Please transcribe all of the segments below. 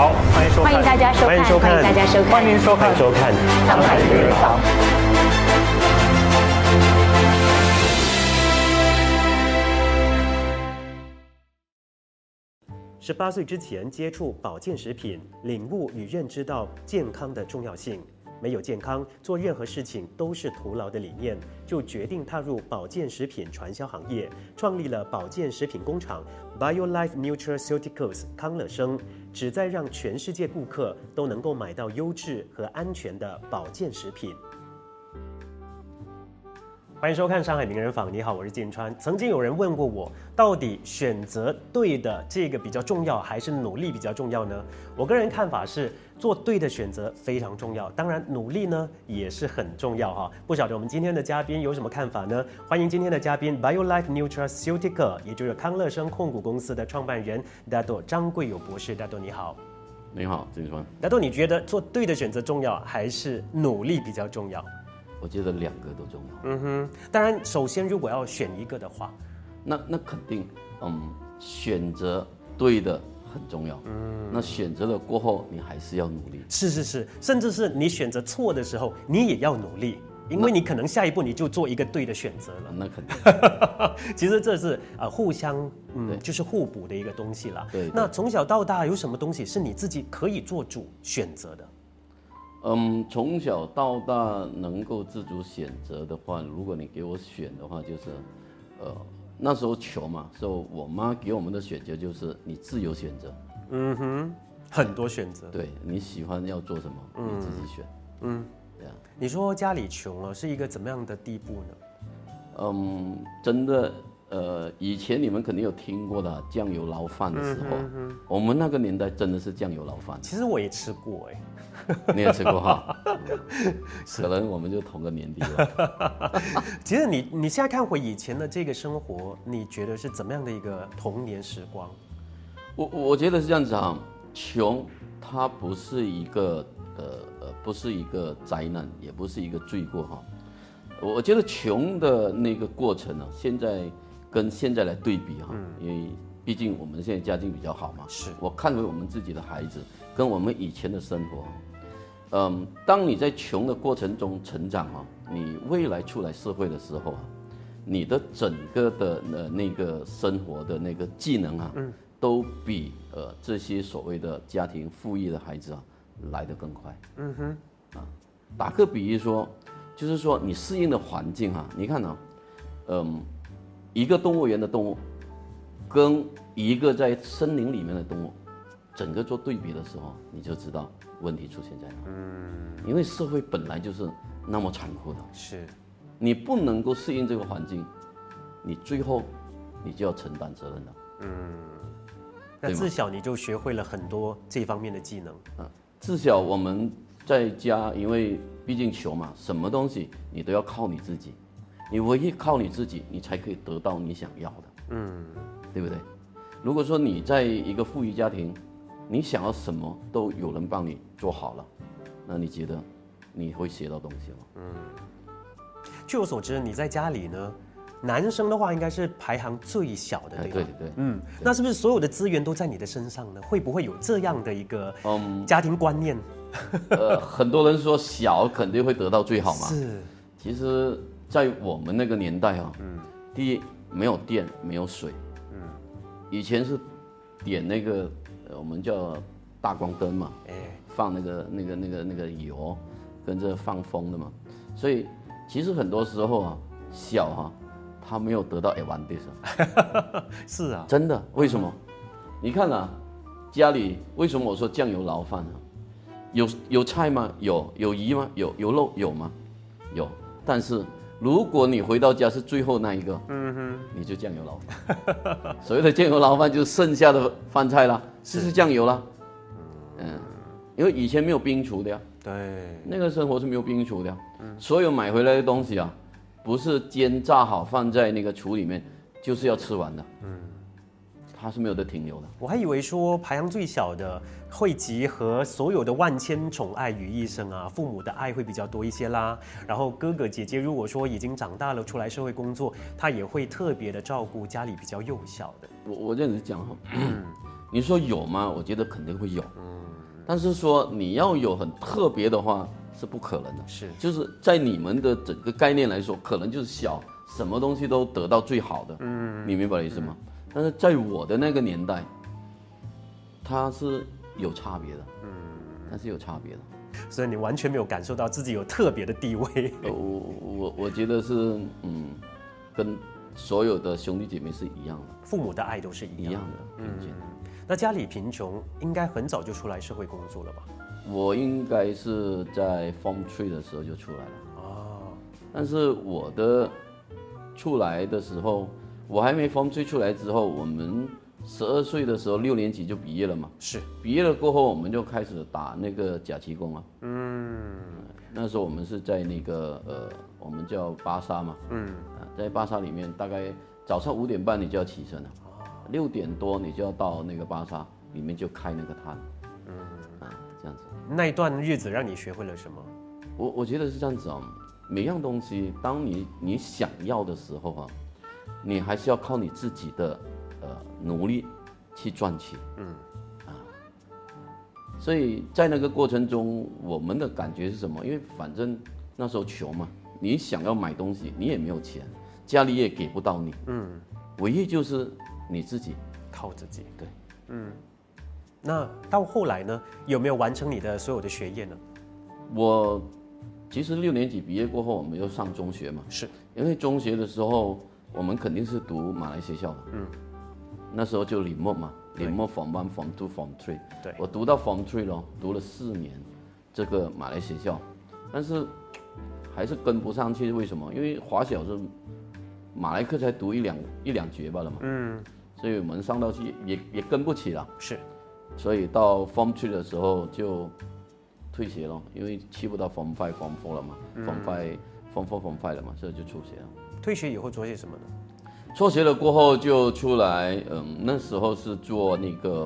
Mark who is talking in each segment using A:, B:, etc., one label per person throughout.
A: 好，欢迎收看，
B: 欢迎大家收看，欢迎大家收看，
A: 欢迎收看，
B: 上海育儿房。
C: 18岁之前接触保健食品，领悟与认知到健康的重要性。没有健康，做任何事情都是徒劳的理念，就决定踏入保健食品传销行业，创立了保健食品工厂 BioLife Nutraceuticals 康乐生，旨在让全世界顾客都能够买到优质和安全的保健食品。欢迎收看《上海名人坊》，你好，我是建川。曾经有人问过我，到底选择对的这个比较重要，还是努力比较重要呢？我个人看法是，做对的选择非常重要，当然努力呢也是很重要哈。不晓得我们今天的嘉宾有什么看法呢？欢迎今天的嘉宾 BioLife Nutraceutical， 也就是康乐生控股公司的创办人大多张贵友博士。大多你好。
D: 你好，建川。
C: 大多，你觉得做对的选择重要，还是努力比较重要？
D: 我觉得两个都重要。
C: 当然，首先如果要选一个的话，
D: 那肯定，选择对的很重要。那选择了过后，你还是要努力。
C: 是，甚至是你选择错的时候，你也要努力，因为你可能下一步你就做一个对的选择了。
D: 那肯定。
C: 其实这是互相就是互补的一个东西啦。
D: 对。
C: 那从小到大有什么东西是你自己可以做主选择的？
D: 从小到大能够自主选择的话，如果你给我选的话，就是，那时候穷嘛，所以我妈给我们的选择就是你自由选择。
C: 很多选择。
D: 对，你喜欢要做什么，你自己选。对啊。
C: 你说家里穷啊，是一个怎么样的地步呢？
D: 真的，以前你们肯定有听过的酱油捞饭的时候，我们那个年代真的是酱油捞饭。
C: 其实我也吃过
D: 你也吃过哈？可能我们就同个年纪了。
C: 其实你现在看回以前的这个生活，你觉得是怎么样的一个童年时光？
D: 我觉得是这样子哈，穷它不是一个不是一个灾难，也不是一个罪过哈。我觉得穷的那个过程呢，现在跟现在来对比哈，因为毕竟我们现在家境比较好嘛。
C: 是
D: 我看回我们自己的孩子，跟我们以前的生活。当你在穷的过程中成长啊，你未来出来社会的时候啊，你的整个的那个生活的那个技能啊，都比这些所谓的家庭富裕的孩子啊来得更快。打个比喻说，就是说你适应的环境啊，你看啊，一个动物园的动物，跟一个在森林里面的动物，整个做对比的时候，你就知道问题出现在哪。因为社会本来就是那么残酷的，
C: 是，
D: 你不能够适应这个环境，你最后你就要承担责任的。
C: 那自小你就学会了很多这方面的技能。
D: 自小我们在家，因为毕竟穷嘛，什么东西你都要靠你自己，你唯一靠你自己，你才可以得到你想要的。对不对？如果说你在一个富裕家庭，你想要什么都有人帮你做好了，那你觉得你会学到东西吗？
C: 据我所知，你在家里呢，男生的话应该是排行最小的，对吧？
D: 对。
C: 那是不是所有的资源都在你的身上呢？会不会有这样的一个家庭观念？
D: 很多人说小肯定会得到最好嘛。
C: 是。
D: 其实，在我们那个年代啊，第一没有电，没有水。以前是点那个我们叫大光灯嘛，放那个油，跟着放风的嘛，所以其实很多时候啊，小啊，他没有得到 advantage。
C: 是啊，
D: 真的，为什么？你看啊，家里为什么我说酱油捞饭啊？有菜吗？有鱼吗？有肉有吗？有，但是如果你回到家是最后那一个，你就酱油捞饭。所谓的酱油捞饭就是剩下的饭菜啦，就是酱油啦。因为以前没有冰橱的呀，
C: 对，
D: 那个生活是没有冰橱的呀，所有买回来的东西啊，不是煎炸好放在那个橱里面，就是要吃完的。它是没有得停留的。
C: 我还以为说排行最小的会集合所有的万千宠爱于一身啊，父母的爱会比较多一些啦。然后哥哥姐姐如果说已经长大了，出来社会工作，他也会特别的照顾家里比较幼小的。
D: 我这样子讲哈，你说有吗？我觉得肯定会有。 但是说你要有很特别的话是不可能的，
C: 是，
D: 就是在你们的整个概念来说，可能就是小，什么东西都得到最好的，你明白我意思吗？但是在我的那个年代，它是有差别的，它是有差别的。
C: 所以你完全没有感受到自己有特别的地位。
D: 我觉得是跟所有的兄弟姐妹是一样的，
C: 父母的爱都是一样的。那家里贫穷，应该很早就出来社会工作了吧？
D: 我应该是在 Form 3的时候就出来了。但是我的出来的时候，我还没 Form 3出来之后，我们12岁的时候6年级就毕业了嘛。
C: 是。
D: 毕业了过后，我们就开始打那个假期工啊。那时候我们是在那个我们叫巴沙嘛。在巴沙里面，大概早上5点半你就要起身了，6点多你就要到那个巴沙里面就开那个摊。这样子。
C: 那一段日子让你学会了什么？
D: 我觉得是这样子啊，每样东西，当你想要的时候啊，你还是要靠你自己的努力去赚取。所以在那个过程中，我们的感觉是什么？因为反正那时候穷嘛，你想要买东西，你也没有钱，家里也给不到你。唯一就是你自己
C: 靠自己。
D: 对。
C: 那到后来呢，有没有完成你的所有的学业呢？
D: 我其实6年级毕业过后，我们又上中学嘛。
C: 是。
D: 因为中学的时候，我们肯定是读马来学校的。那时候就林默嘛，林默 Form 1、Form 2、Form 3。
C: 对。
D: 我读到 Form 3咯，读了4年，这个马来学校，但是还是跟不上去。为什么？因为华小是马来课才读一两节罢了嘛。所以我们上到去也跟不起了。
C: 是。
D: 所以到 Form 3的时候就退学了，因为去不到 Form 5、Form 4了嘛。Form 4、Form 5了嘛，所以就出学了。
C: 退学以后做些什么呢？
D: 辍学了过后就出来，那时候是做那个，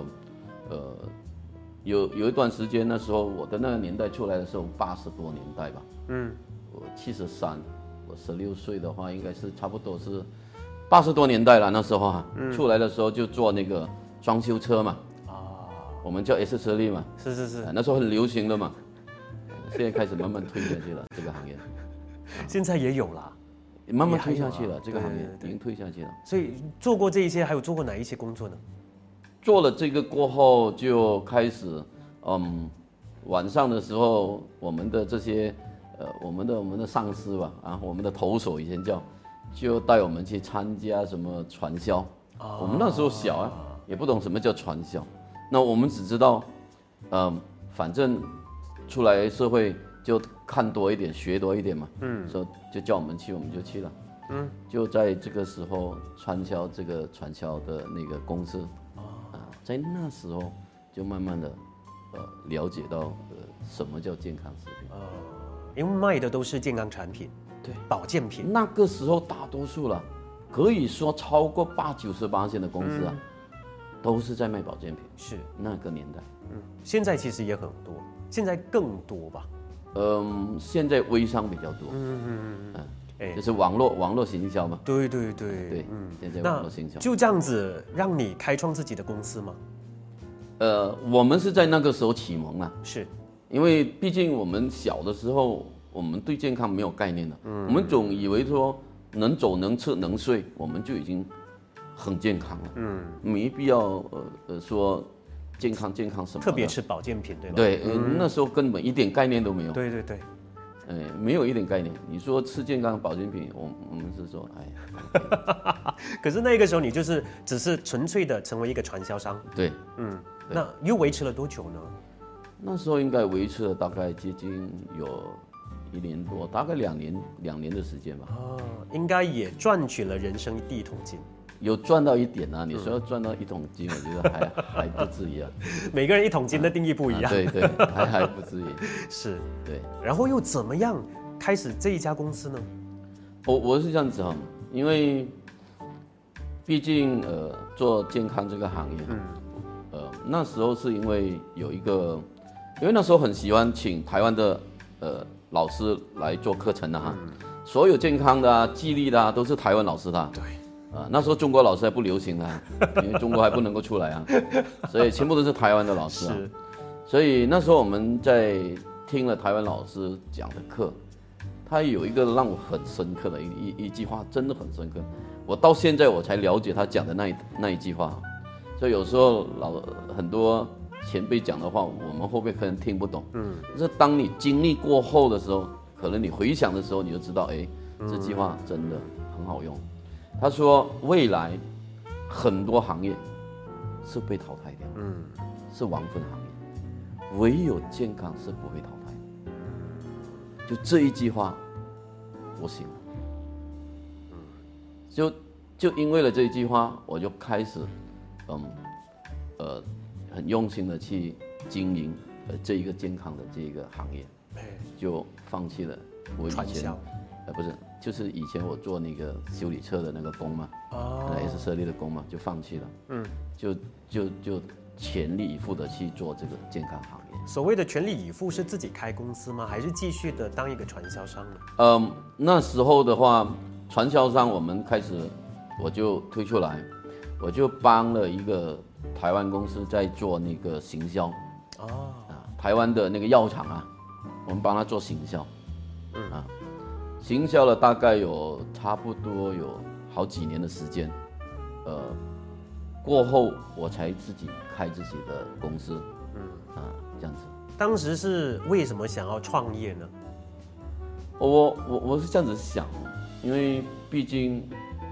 D: 有一段时间，那时候我的那个年代出来的时候，80多年代吧。我73，我16岁的话，应该是差不多是80多年代了。那时候出来的时候就做那个装修车嘛。我们叫 S 车力嘛。
C: 是。
D: 那时候很流行的嘛。现在开始慢慢退下去了，这个行业。
C: 现在也有啦。
D: 慢慢退下去了，这个行业已经退下去了。
C: 所以做过这一些，还有做过哪一些工作呢？
D: 做了这个过后，就开始，晚上的时候，我们的这些，我们的上司吧，我们的头手以前就带我们去参加什么传销。我们那时候小也不懂什么叫传销，那我们只知道，反正出来社会。就看多一点，学多一点嘛。说就叫我们去，我们就去了。就在这个时候，传销的那个公司，在那时候就慢慢的，了解到什么叫健康食品。
C: 因为卖的都是健康产品，
D: 对，
C: 保健品。
D: 那个时候大多数了，可以说超过80-90%的公司都是在卖保健品。
C: 是
D: 那个年代。
C: 现在其实也很多，现在更多吧。
D: 现在微商比较多，就是网络行销嘛。
C: 对，
D: 现在网络行销。
C: 就这样子让你开创自己的公司吗？
D: 我们是在那个时候启蒙啊，
C: 是
D: 因为毕竟我们小的时候，我们对健康没有概念的，我们总以为说能走能吃能睡，我们就已经很健康了，没必要说。健康什么？
C: 特别吃保健品，对吗？
D: 对，那时候根本一点概念都没有。
C: 对，
D: 没有一点概念。你说吃健康保健品，我们是说，
C: 可是那个时候你只是纯粹的成为一个传销商。
D: 对，
C: 那又维持了多久呢？
D: 那时候应该维持了大概接近有1年多，大概2年的时间吧。
C: 应该也赚取了人生第一桶金。
D: 有赚到一点啊，你说要赚到1桶金，我觉得还不至于啊。
C: 每个人1桶金的定义不一样。
D: 对，还不至于。
C: 是，
D: 对。
C: 然后又怎么样开始这一家公司呢？
D: 我是这样子因为毕竟做健康这个行业，那时候是因为因为那时候很喜欢请台湾的老师来做课程的所有健康的纪律的都是台湾老师的。
C: 对。
D: 那时候中国老师还不流行因为中国还不能够出来所以全部都是台湾的老师所以那时候我们在听了台湾老师讲的课，他有一个让我很深刻的一句话，真的很深刻。我到现在我才了解他讲的那一句话。所以有时候很多前辈讲的话，我们后面可能听不懂。但是当你经历过后的时候，可能你回想的时候，你就知道，哎，这句话真的很好用。他说，未来很多行业是被淘汰掉，是亡分行业，唯有健康是不会淘汰的。就这一句话，我醒了。就因为了这一句话，我就开始，很用心的去经营这一个健康的这一个行业，就放弃了我以前，不是，就是以前我做那个修理车的那个工嘛，也是设立的工嘛，就放弃了，就全力以赴的去做这个健康行业。
C: 所谓的全力以赴是自己开公司吗？还是继续的当一个传销商呢？
D: 那时候的话，传销商我们开始，我就推出来，我就帮了一个台湾公司在做那个行销，台湾的那个药厂啊，我们帮他做行销，行销了大概有差不多有好几年的时间，过后我才自己开自己的公司，这样子。
C: 当时是为什么想要创业呢？
D: 我是这样子想，因为毕竟，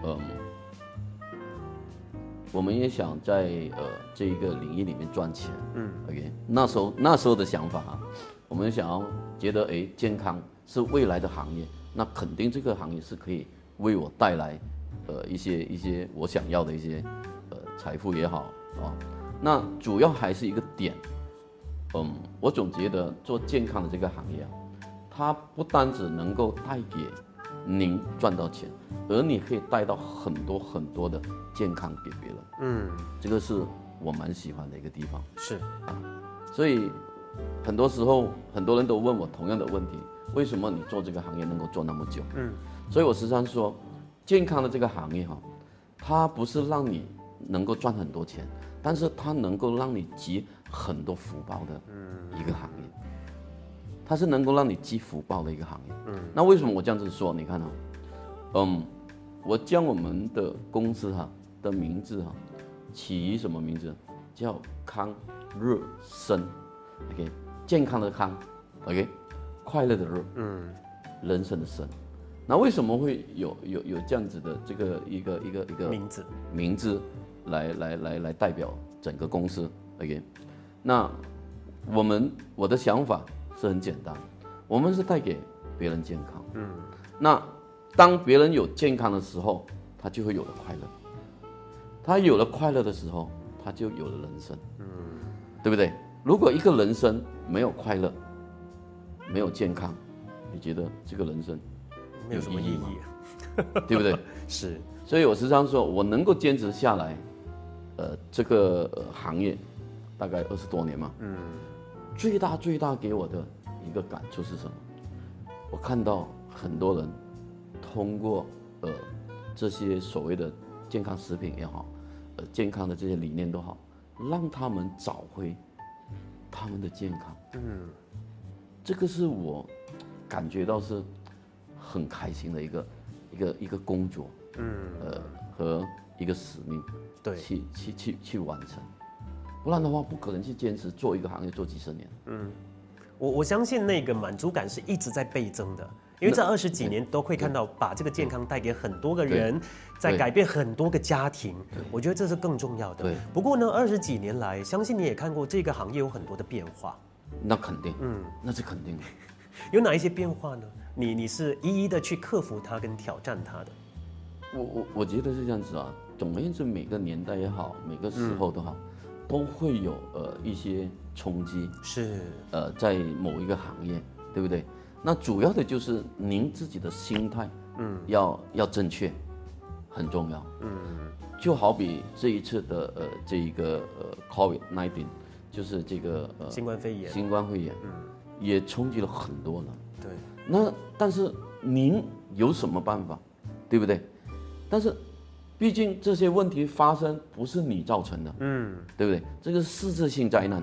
D: 我们也想在这一个领域里面赚钱，OK， 那时候的想法啊，我们想要觉得健康是未来的行业，那肯定这个行业是可以为我带来一些我想要的一些财富也好啊，那主要还是一个点，我总觉得做健康的这个行业啊，它不单只能够带给您赚到钱，而你可以带到很多很多的健康给别人。这个是我蛮喜欢的一个地方。
C: 是
D: 啊，所以很多时候很多人都问我同样的问题：为什么你做这个行业能够做那么久？所以我时常说，健康的这个行业哈，它不是让你能够赚很多钱，但是它能够让你积很多福报的一个行业。它是能够让你积福报的一个行业。那为什么我这样子说？你看我将我们的公司的名字起什么名字？叫康乐生 ，OK， 健康的康 ，OK， 快乐的乐，人生的生。那为什么会有这样子的这个一个名字来代表整个公司 ，OK？ 那我的想法是很简单，我们是带给别人健康。那当别人有健康的时候，他就会有了快乐。他有了快乐的时候，他就有了人生。对不对？如果一个人生没有快乐，没有健康，你觉得这个人生
C: 没有什么意义
D: 吗？对不对？
C: 是。
D: 所以我时常说，我能够坚持下来，这个行业大概20多年嘛。最大给我的一个感触是什么？我看到很多人通过这些所谓的健康食品也好，健康的这些理念都好，让他们找回他们的健康。这个是我感觉到是很开心的一个工作，和一个使命，
C: 对，
D: 去完成。不然的话，不可能去坚持做一个行业做几十年。
C: 我相信那个满足感是一直在倍增的，因为这20几年都会看到把这个健康带给很多个人，在改变很多个家庭，我觉得这是更重要的。不过呢，20几年来，相信你也看过这个行业有很多的变化。
D: 那肯定，那是肯定的。
C: 有哪一些变化呢？你是一一的去克服它跟挑战它的？
D: 我觉得是这样子啊。总而言之，每个年代也好，每个时候都好，都会有一些冲击，
C: 是
D: 在某一个行业，对不对？那主要的就是您自己的心态，要正确，很重要。就好比这一次的这一个COVID-19，就是这个
C: 新冠肺炎，
D: 也冲击了很多人。
C: 对。
D: 那但是您有什么办法，对不对？但是毕竟这些问题发生不是你造成的，对不对？这个是世界性灾难，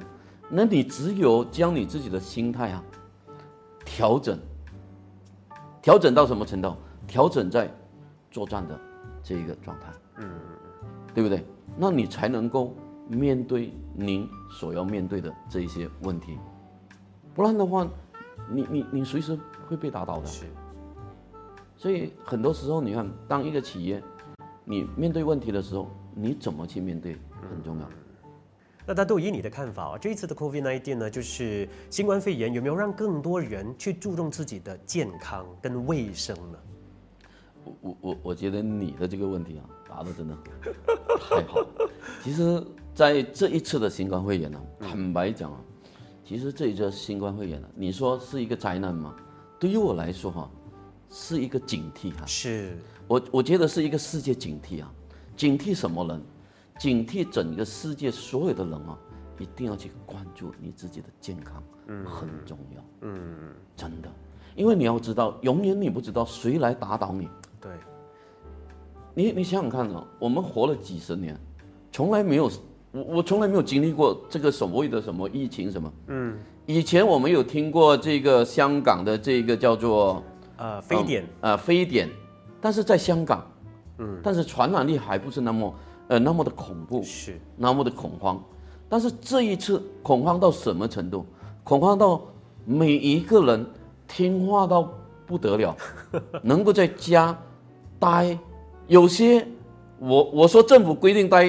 D: 那你只有将你自己的心态啊调整到什么程度？调整在作战的这一个状态，对不对？那你才能够面对您所要面对的这一些问题，不然的话，你随时会被打倒的。
C: 是。
D: 所以很多时候，你看，当一个企业你面对问题的时候，你怎么去面对很重要。
C: 那大豆，以你的看法啊，这一次的 COVID-19 呢，就是新冠肺炎，有没有让更多人去注重自己的健康跟卫生呢？
D: 我觉得你的这个问题啊，答得真的太好了。其实，在这一次的新冠肺炎呢，坦白讲啊，其实这一次新冠肺炎呢，你说是一个灾难吗？对于我来说哈，是一个警惕哈。
C: 是，
D: 我觉得是一个世界警惕啊，警惕什么人？警惕整个世界所有的人啊，一定要去关注你自己的健康，很重要，真的，因为你要知道，永远你不知道谁来打倒你。
C: 对，
D: 你想想看啊，我们活了几十年，从来没有，我从来没有经历过这个所谓的什么疫情什么，以前我们有听过这个香港的这个叫做
C: 非典，
D: 非典，但是在香港，但是传染力还不是那么的恐怖，
C: 是
D: 那么的恐慌。但是这一次恐慌到什么程度？恐慌到每一个人听话到不得了，能够在家待，有些我说政府规定待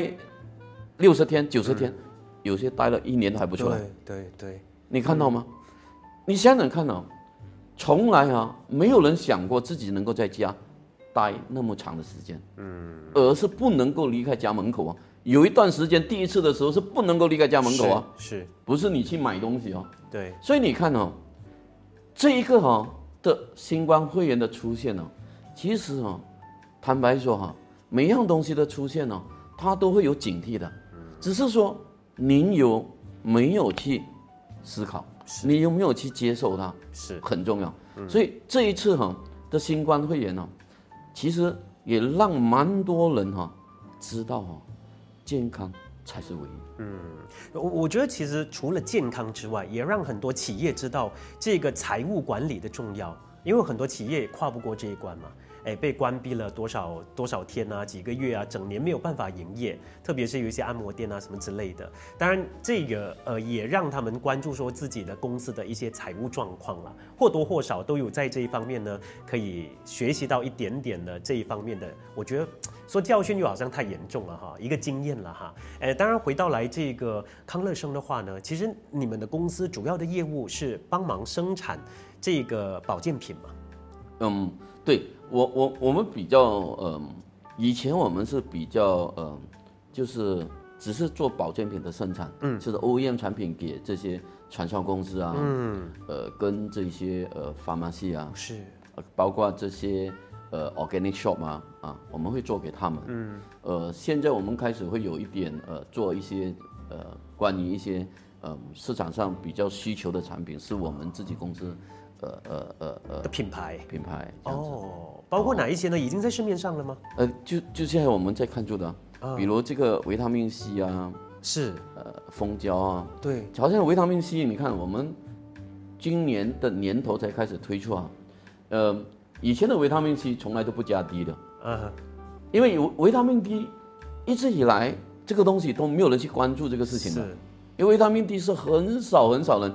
D: 60天、90天，有些待了1年都还不出来。
C: 对，
D: 你看到吗？你想想看啊，从来啊没有人想过自己能够在家待那么长的时间，而是不能够离开家门口啊。有一段时间，第一次的时候是不能够离开家门口啊，
C: 是
D: 不是你去买东西哦？
C: 对，
D: 所以你看哦，这一个的新冠肺炎的出现呢，其实坦白说每样东西的出现呢，它都会有警惕的，只是说您有没有去思考，你有没有去接受它，
C: 是
D: 很重要。所以这一次的新冠肺炎呢，其实也让蛮多人知道健康才是唯一。
C: 我觉得其实除了健康之外，也让很多企业知道这个财务管理的重要，因为很多企业跨不过这一关嘛。被关闭了多少天啊，几个月啊，整年没有办法营业，特别是有一些按摩店啊什么之类的。当然，这个也让他们关注说自己的公司的一些财务状况啦，或多或少都有在这一方面呢，可以学习到一点点的这一方面的。我觉得说教训又好像太严重了哈，一个经验了哈。当然回到来这个康乐生的话呢，其实你们的公司主要的业务是帮忙生产这个保健品嘛？
D: 对。我们比较以前我们是比较就是只是做保健品的生产，就是 OEM 产品给这些传销公司啊，跟这些pharmacy 啊，
C: 是，
D: 包括这些organic shop 啊，我们会做给他们。现在我们开始会有一点做一些关于一些市场上比较需求的产品，是我们自己公司
C: 的品牌
D: 包
C: 括哪一些呢？已经在市面上了吗？
D: 就现在我们在看住的，比如这个维他命 C 啊，
C: 是
D: 蜂胶啊，
C: 对，
D: 好像维他命 C， 你看我们今年的年头才开始推出以前的维他命 C 从来都不加 D 的，因为有维他命 D 一直以来这个东西都没有人去关注这个事情的，因为维他命 D 是很少人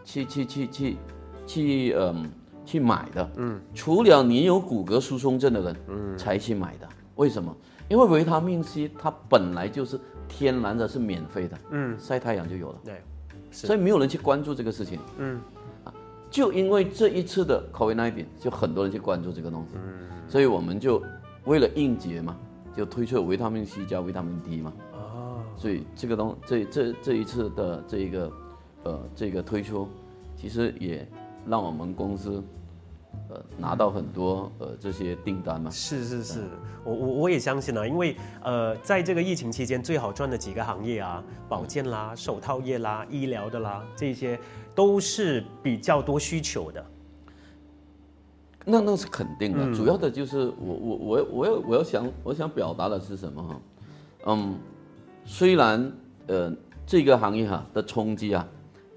D: 去买的，除了你有骨骼疏松症的人，才去买的。为什么？因为维他命 C 它本来就是天然的，是免费的，晒太阳就有了，
C: 对，
D: 所以没有人去关注这个事情，就因为这一次的 COVID-19， 就很多人去关注这个东西，所以我们就为了应节嘛，就推出维他命 C 加维他命 D 嘛，所以这个这一次的这个推出，其实也让我们公司拿到很多这些订单嘛。
C: 是，我也相信啊，因为在这个疫情期间最好赚的几个行业啊，保健啦、手套业啦、医疗的啦，这些都是比较多需求的。
D: 那是肯定的，主要的就是我想表达的是什么虽然这个行业的冲击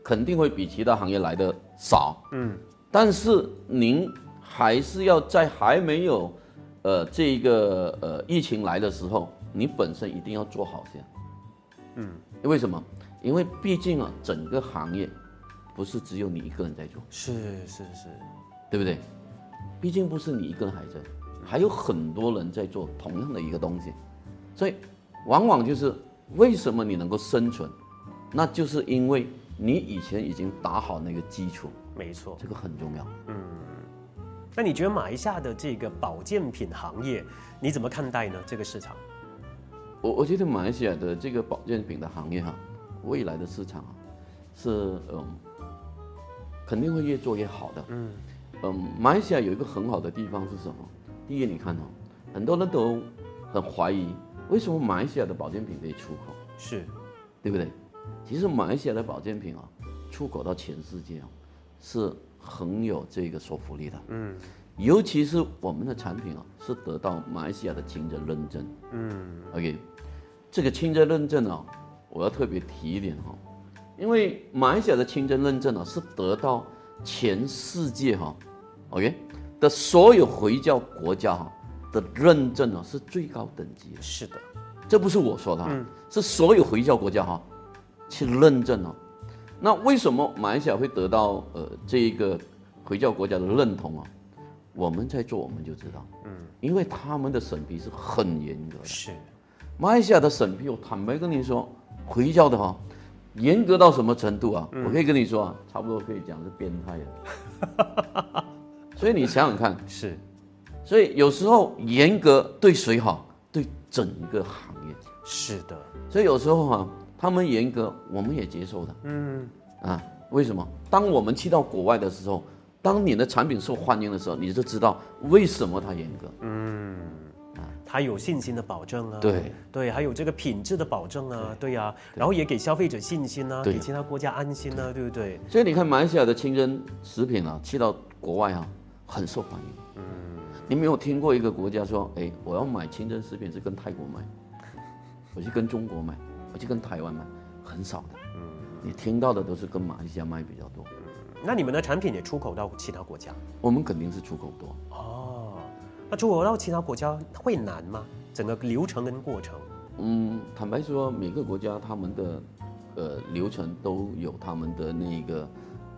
D: 肯定会比其他行业来的少，但是您还是要在还没有这个疫情来的时候，你本身一定要做好先，为什么？因为毕竟啊，整个行业不是只有你一个人在做，
C: 是，
D: 对不对？毕竟不是你一个人还在，还有很多人在做同样的一个东西，所以往往就是为什么你能够生存，那就是因为你以前已经打好那个基础，
C: 没错，
D: 这个很重要。
C: 那你觉得马来西亚的这个保健品行业，你怎么看待呢？这个市场？
D: 我觉得马来西亚的这个保健品的行业未来的市场是肯定会越做越好的。马来西亚有一个很好的地方是什么？第一，你看很多人都很怀疑，为什么马来西亚的保健品可以出口？
C: 是，
D: 对不对？其实马来西亚的保健品出口到全世界是很有这个说服力的。尤其是我们的产品是得到马来西亚的清真认证。OK， 这个清真认证我要特别提一点因为马来西亚的清真认证是得到全世界OK 的所有回教国家的认证是最高等级的。
C: 是的，
D: 这不是我说的是所有回教国家去认证那为什么马来西亚会得到这一个回教国家的认同我们在做我们就知道，因为他们的审批是很严格的。
C: 是，
D: 马来西亚的审批，我坦白跟你说，回教的严格到什么程度我可以跟你说差不多可以讲是变态的。所以你想想看，
C: 是，
D: 所以有时候严格对谁好？对整个行业。
C: 是的，
D: 所以有时候他们严格，我们也接受的。为什么？当我们去到国外的时候，当你的产品受欢迎的时候，你就知道为什么它严格。
C: 它有信心的保证啊，
D: 对，
C: 还有这个品质的保证啊，对呀，然后也给消费者信心啊，
D: 对
C: 给其他国家安心啊，对不对？
D: 所以你看马来西亚的清真食品去到国外很受欢迎。你没有听过一个国家说，我要买清真食品是跟泰国买，我去跟中国买，我去跟台湾买，很少的。你听到的都是跟马来西亚卖比较多。
C: 那你们的产品也出口到其他国家？
D: 我们肯定是出口多。
C: 那出口到其他国家会难吗？整个流程跟过程？
D: 坦白说，每个国家他们的流程都有他们的那个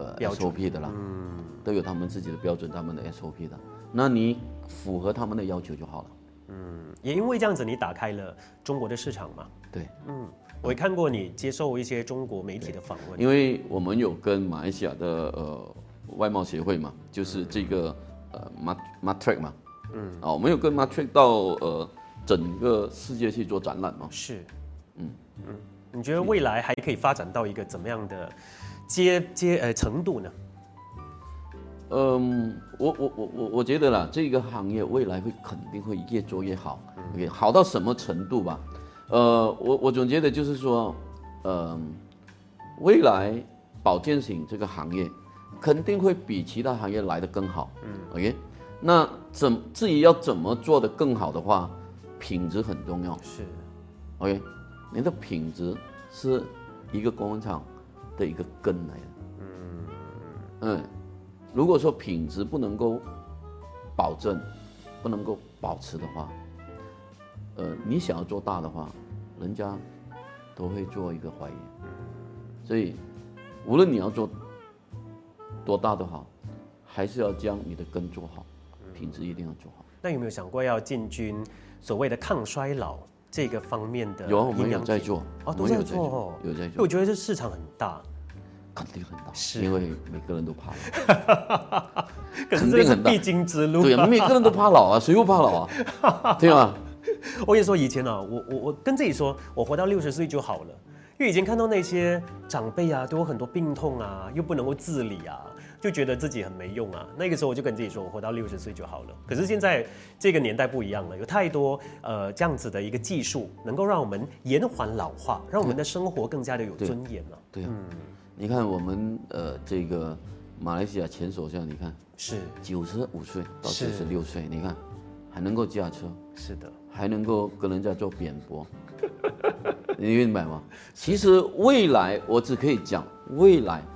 D: SOP 的啦，都有他们自己的标准，他们的 SOP 的。那你符合他们的要求就好了。
C: 也因为这样子，你打开了中国的市场嘛？
D: 对，
C: 我也看过你接受一些中国媒体的访问。
D: 因为我们有跟马来西亚的外贸协会嘛，就是这个Matrix 嘛，我们有跟 Matrix 到整个世界去做展览嘛。
C: 是，你觉得未来还可以发展到一个怎么样的程度呢？
D: 我觉得啦，这个行业未来肯定会越做越好。好到什么程度吧？我总觉得就是说，未来保健品这个行业肯定会比其他行业来得更好。OK， 那至于要怎么做得更好的话，品质很重要。
C: 是
D: ，OK， 你的品质是一个工厂的一个根来的。如果说品质不能够保证，不能够保持的话，你想要做大的话，人家都会做一个怀疑。所以，无论你要做多大都好，还是要将你的根做好，品质一定要做好。
C: 那有没有想过要进军所谓的抗衰老这个方面的？
D: 有，我们有在做，
C: 都在做，
D: 有在做。
C: 我觉得这市场很大。
D: 肯定很大，
C: 是
D: 因为每个人都怕老，
C: 肯定很大，必经之路。
D: 对啊，每个人都怕老啊，谁不怕老啊？对吧？
C: 我跟你说，以前我跟自己说，我活到60岁就好了，因为以前看到那些长辈都有很多病痛啊，又不能够自理啊，就觉得自己很没用啊。那个时候我就跟自己说，我活到60岁就好了。可是现在这个年代不一样了，有太多这样子的一个技术，能够让我们延缓老化，让我们的生活更加的有尊严了。
D: 对啊。你看我们这个马来西亚前首相，你看
C: 是
D: 95岁到96岁，你看还能够驾车，
C: 是的，
D: 还能够跟人家做辩驳，你明白吗？其实未来我只可以讲，未来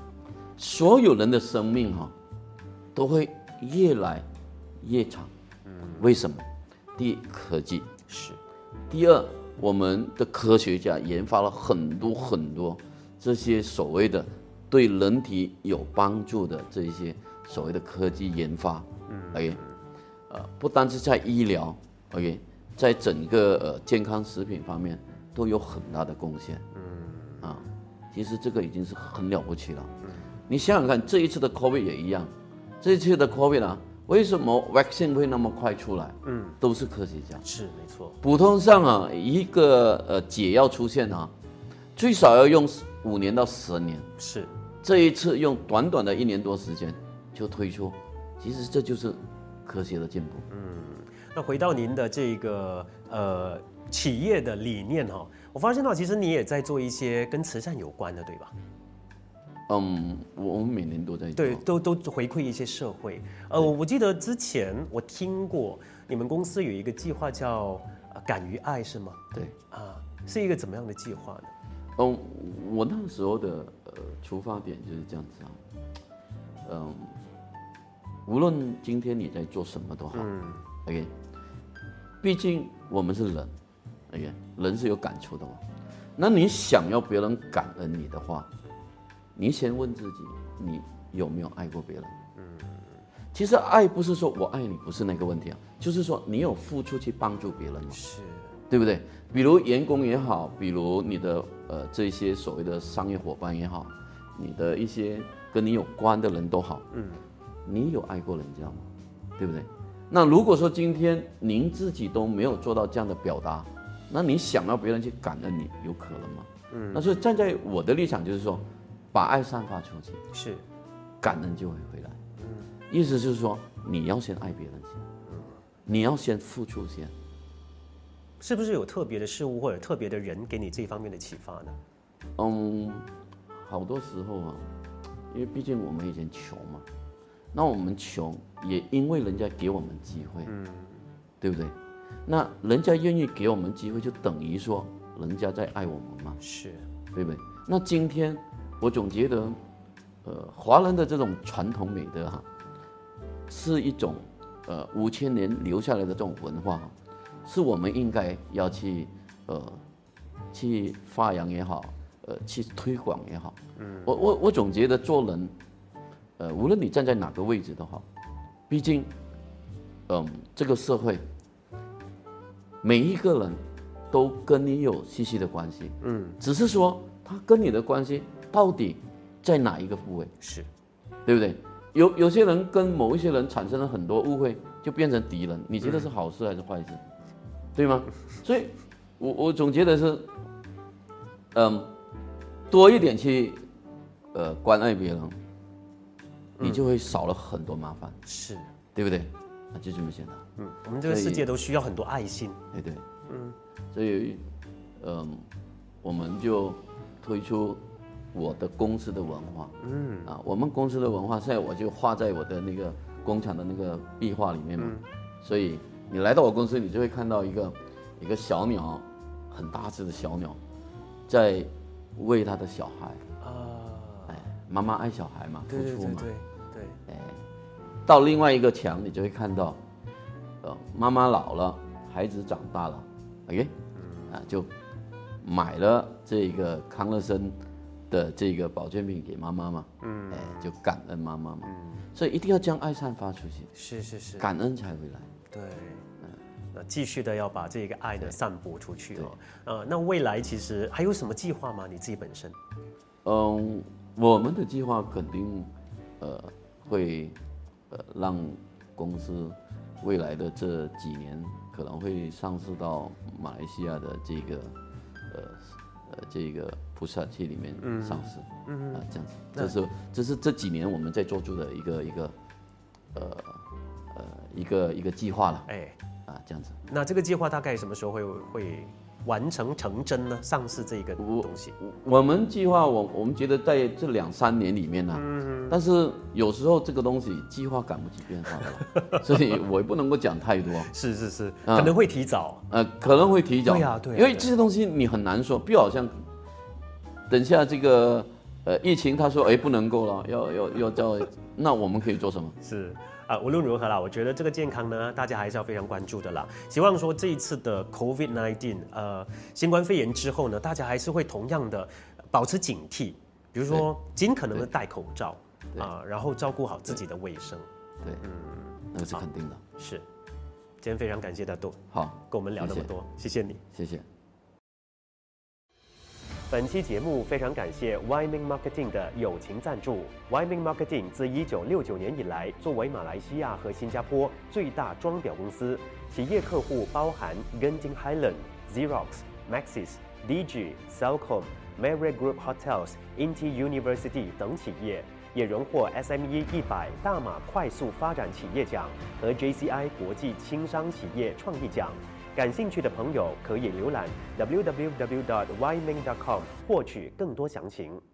D: 所有人的生命都会越来越长。为什么？第一，科技
C: 是；
D: 第二，我们的科学家研发了很多这些所谓的对人体有帮助的这一些所谓的科技研发。OK， 不单是在医疗 ，OK， 在整个健康食品方面都有很大的贡献。其实这个已经是很了不起了。你想想看，这一次的 COVID 也一样，这一次的 COVID 为什么 vaccine 会那么快出来？都是科学家。
C: 是没错。
D: 普通上一个解药出现最少要用5年到10年。
C: 是。
D: 这一次用短短的1年多时间就推出，其实这就是科学的进步。
C: 那回到您的这个企业的理念我发现到其实你也在做一些跟慈善有关的，对吧？我们每年都在做，对，都回馈一些社会。我记得之前我听过你们公司有一个计划叫敢于爱，是吗？
D: 对
C: 是一个怎么样的计划呢？
D: 我那时候的出发点就是这样子无论今天你在做什么都好，OK， 毕竟我们是人，OK， 人是有感触的嘛。那你想要别人感恩你的话，你先问自己，你有没有爱过别人？其实爱不是说我爱你，不是那个问题就是说你有付出去帮助别人吗？
C: 是，
D: 对不对？比如员工也好，比如你的这些所谓的商业伙伴也好，你的一些跟你有关的人都好，你有爱过人家吗？对不对？那如果说今天您自己都没有做到这样的表达，那你想要别人去感恩你，有可能吗？那所以站在我的立场就是说，把爱散发出去，
C: 是，
D: 感恩就会回来。意思就是说，你要先爱别人先，你要先付出先。
C: 是不是有特别的事物或者特别的人给你这方面的启发呢？
D: 好多时候因为毕竟我们以前穷嘛，那我们穷也因为人家给我们机会，对不对？那人家愿意给我们机会，就等于说人家在爱我们嘛，
C: 是，
D: 对不对？那今天我总觉得，华人的这种传统美德是一种5000年留下来的这种文化，是我们应该要去去发扬也好，去推广也好。我总觉得做人，无论你站在哪个位置都好，毕竟，这个社会，每一个人都跟你有息息的关系。只是说他跟你的关系到底在哪一个部位？
C: 是，
D: 对不对？有些人跟某一些人产生了很多误会，就变成敌人。你觉得是好事还是坏事？对吗？所以我总觉得是，多一点去关爱别人，你就会少了很多麻烦。
C: 是，
D: 对不对？那就这么简单。
C: 我们这个世界都需要很多爱心。
D: 对。所以我们就推出我的公司的文化。我们公司的文化现在我就画在我的那个工厂的那个壁画里面嘛。所以你来到我公司，你就会看到一个小鸟，很大只的小鸟，在喂它的小孩。妈妈爱小孩嘛，付出嘛。对。到另外一个墙，你就会看到，妈妈老了，孩子长大了，OK，就买了这个康乐生的这个保健品给妈妈嘛，就感恩妈妈嘛，所以一定要将爱散发出去，是，感恩才会来。
C: 对，继续的要把这个爱的散播出去那未来其实还有什么计划吗？你自己本身？
D: 我们的计划肯定会让公司未来的这几年可能会上市到马来西亚的这个菩萨器里面上市，这样子，这是这几年我们在做出的一个计划了，这样子。
C: 那这个计划大概什么时候会完成成真呢？上市这个东西，
D: 我们计划我们觉得在这2-3年里面但是有时候这个东西计划赶不及变化的，所以我也不能够讲太多。
C: 是，可能会提早。
D: 可能会提早。
C: 对，
D: 因为这些东西你很难说，比如好像等下这个疫情他说不能够了，要叫，那我们可以做什么？
C: 是。无论如何啦，我觉得这个健康呢，大家还是要非常关注的啦。希望说这一次的 COVID-19，新冠肺炎之后呢，大家还是会同样的保持警惕，比如说尽可能的戴口罩然后照顾好自己的卫生。
D: 对，那个是肯定的。
C: 是，今天非常感谢大豆，
D: 好，
C: 跟我们聊那么多，谢谢你，
D: 谢谢。
C: 本期节目非常感谢 Wyman Marketing 的友情赞助。Wyman Marketing 自1969年以来，作为马来西亚和新加坡最大装裱公司，企业客户包含 Genting Highland、Xerox、Maxis、DG、Cellcom、Marriott Group Hotels、Inti University 等企业，也荣获 SME 100大马快速发展企业奖和 JCI 国际轻商企业创意奖。感兴趣的朋友可以浏览 www.wyman.com 获取更多详情。